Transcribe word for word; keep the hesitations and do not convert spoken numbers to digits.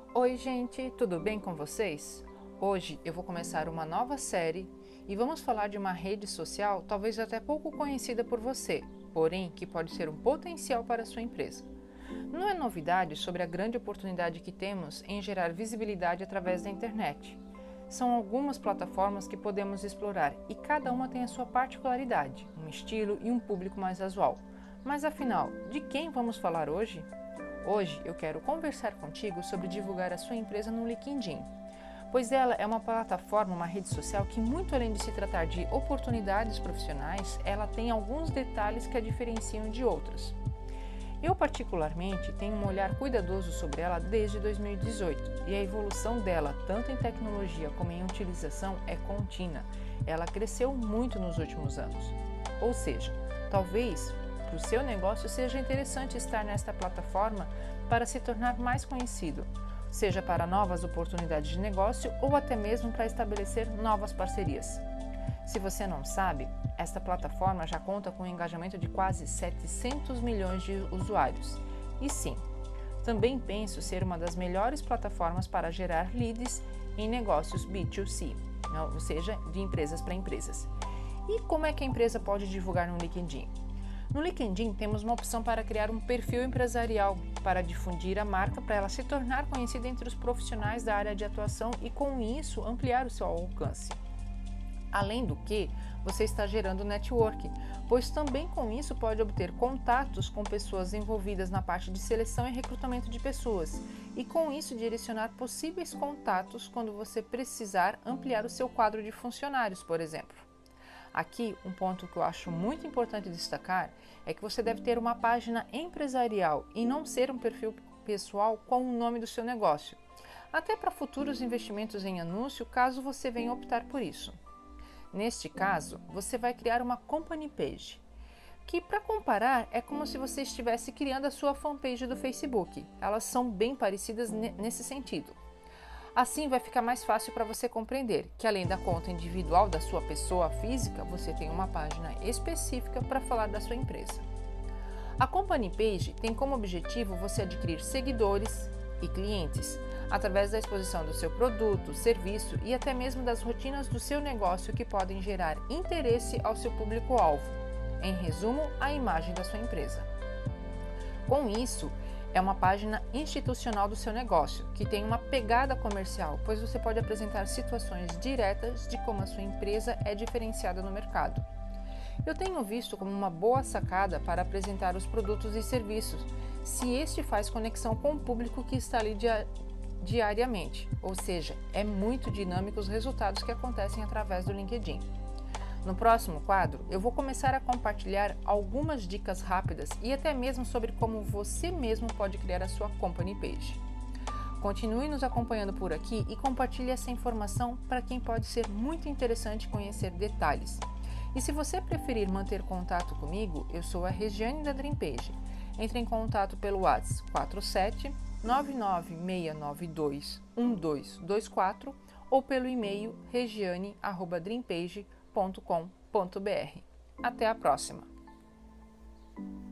Oi gente, tudo bem com vocês? Hoje eu vou começar uma nova série e vamos falar de uma rede social talvez até pouco conhecida por você, porém que pode ser um potencial para a sua empresa. Não é novidade sobre a grande oportunidade que temos em gerar visibilidade através da internet. São algumas plataformas que podemos explorar e cada uma tem a sua particularidade, um estilo e um público mais casual. Mas afinal, de quem vamos falar hoje? Hoje eu quero conversar contigo sobre divulgar a sua empresa no LinkedIn, pois ela é uma plataforma, uma rede social que, muito além de se tratar de oportunidades profissionais, ela tem alguns detalhes que a diferenciam de outras. Eu particularmente tenho um olhar cuidadoso sobre ela desde dois mil e dezoito e a evolução dela, tanto em tecnologia como em utilização, é contínua. Ela cresceu muito nos últimos anos. Ou seja, talvez para o seu negócio seja interessante estar nesta plataforma para se tornar mais conhecido, seja para novas oportunidades de negócio ou até mesmo para estabelecer novas parcerias. Se você não sabe, esta plataforma já conta com um engajamento de quase setecentos milhões de usuários. E sim, também penso ser uma das melhores plataformas para gerar leads em negócios B dois C, ou seja, de empresas para empresas. E como é que a empresa pode divulgar no LinkedIn? No LinkedIn temos uma opção para criar um perfil empresarial, para difundir a marca para ela se tornar conhecida entre os profissionais da área de atuação e com isso ampliar o seu alcance. Além do que, você está gerando network, pois também com isso pode obter contatos com pessoas envolvidas na parte de seleção e recrutamento de pessoas e com isso direcionar possíveis contatos quando você precisar ampliar o seu quadro de funcionários, por exemplo. Aqui, um ponto que eu acho muito importante destacar é que você deve ter uma página empresarial e não ser um perfil pessoal com o nome do seu negócio, até para futuros investimentos em anúncio, caso você venha optar por isso. Neste caso, você vai criar uma company page, que para comparar é como se você estivesse criando a sua fanpage do Facebook. Elas são bem parecidas nesse sentido. Assim vai ficar mais fácil para você compreender que além da conta individual da sua pessoa física, você tem uma página específica para falar da sua empresa. A Company Page tem como objetivo você adquirir seguidores e clientes através da exposição do seu produto, serviço e até mesmo das rotinas do seu negócio que podem gerar interesse ao seu público-alvo. Em resumo, a imagem da sua empresa. Com isso, é uma página institucional do seu negócio, que tem uma pegada comercial, pois você pode apresentar situações diretas de como a sua empresa é diferenciada no mercado. Eu tenho visto como uma boa sacada para apresentar os produtos e serviços, se este faz conexão com o público que está ali dia- diariamente, ou seja, é muito dinâmico os resultados que acontecem através do LinkedIn. No próximo quadro, eu vou começar a compartilhar algumas dicas rápidas e até mesmo sobre como você mesmo pode criar a sua company page. Continue nos acompanhando por aqui e compartilhe essa informação para quem pode ser muito interessante conhecer detalhes. E se você preferir manter contato comigo, eu sou a Regiane da DreamPage. Entre em contato pelo WhatsApp quatro sete nove nove seis nove dois um dois dois quatro ou pelo e-mail regiane arroba dreampage ponto com ponto br. Até a próxima!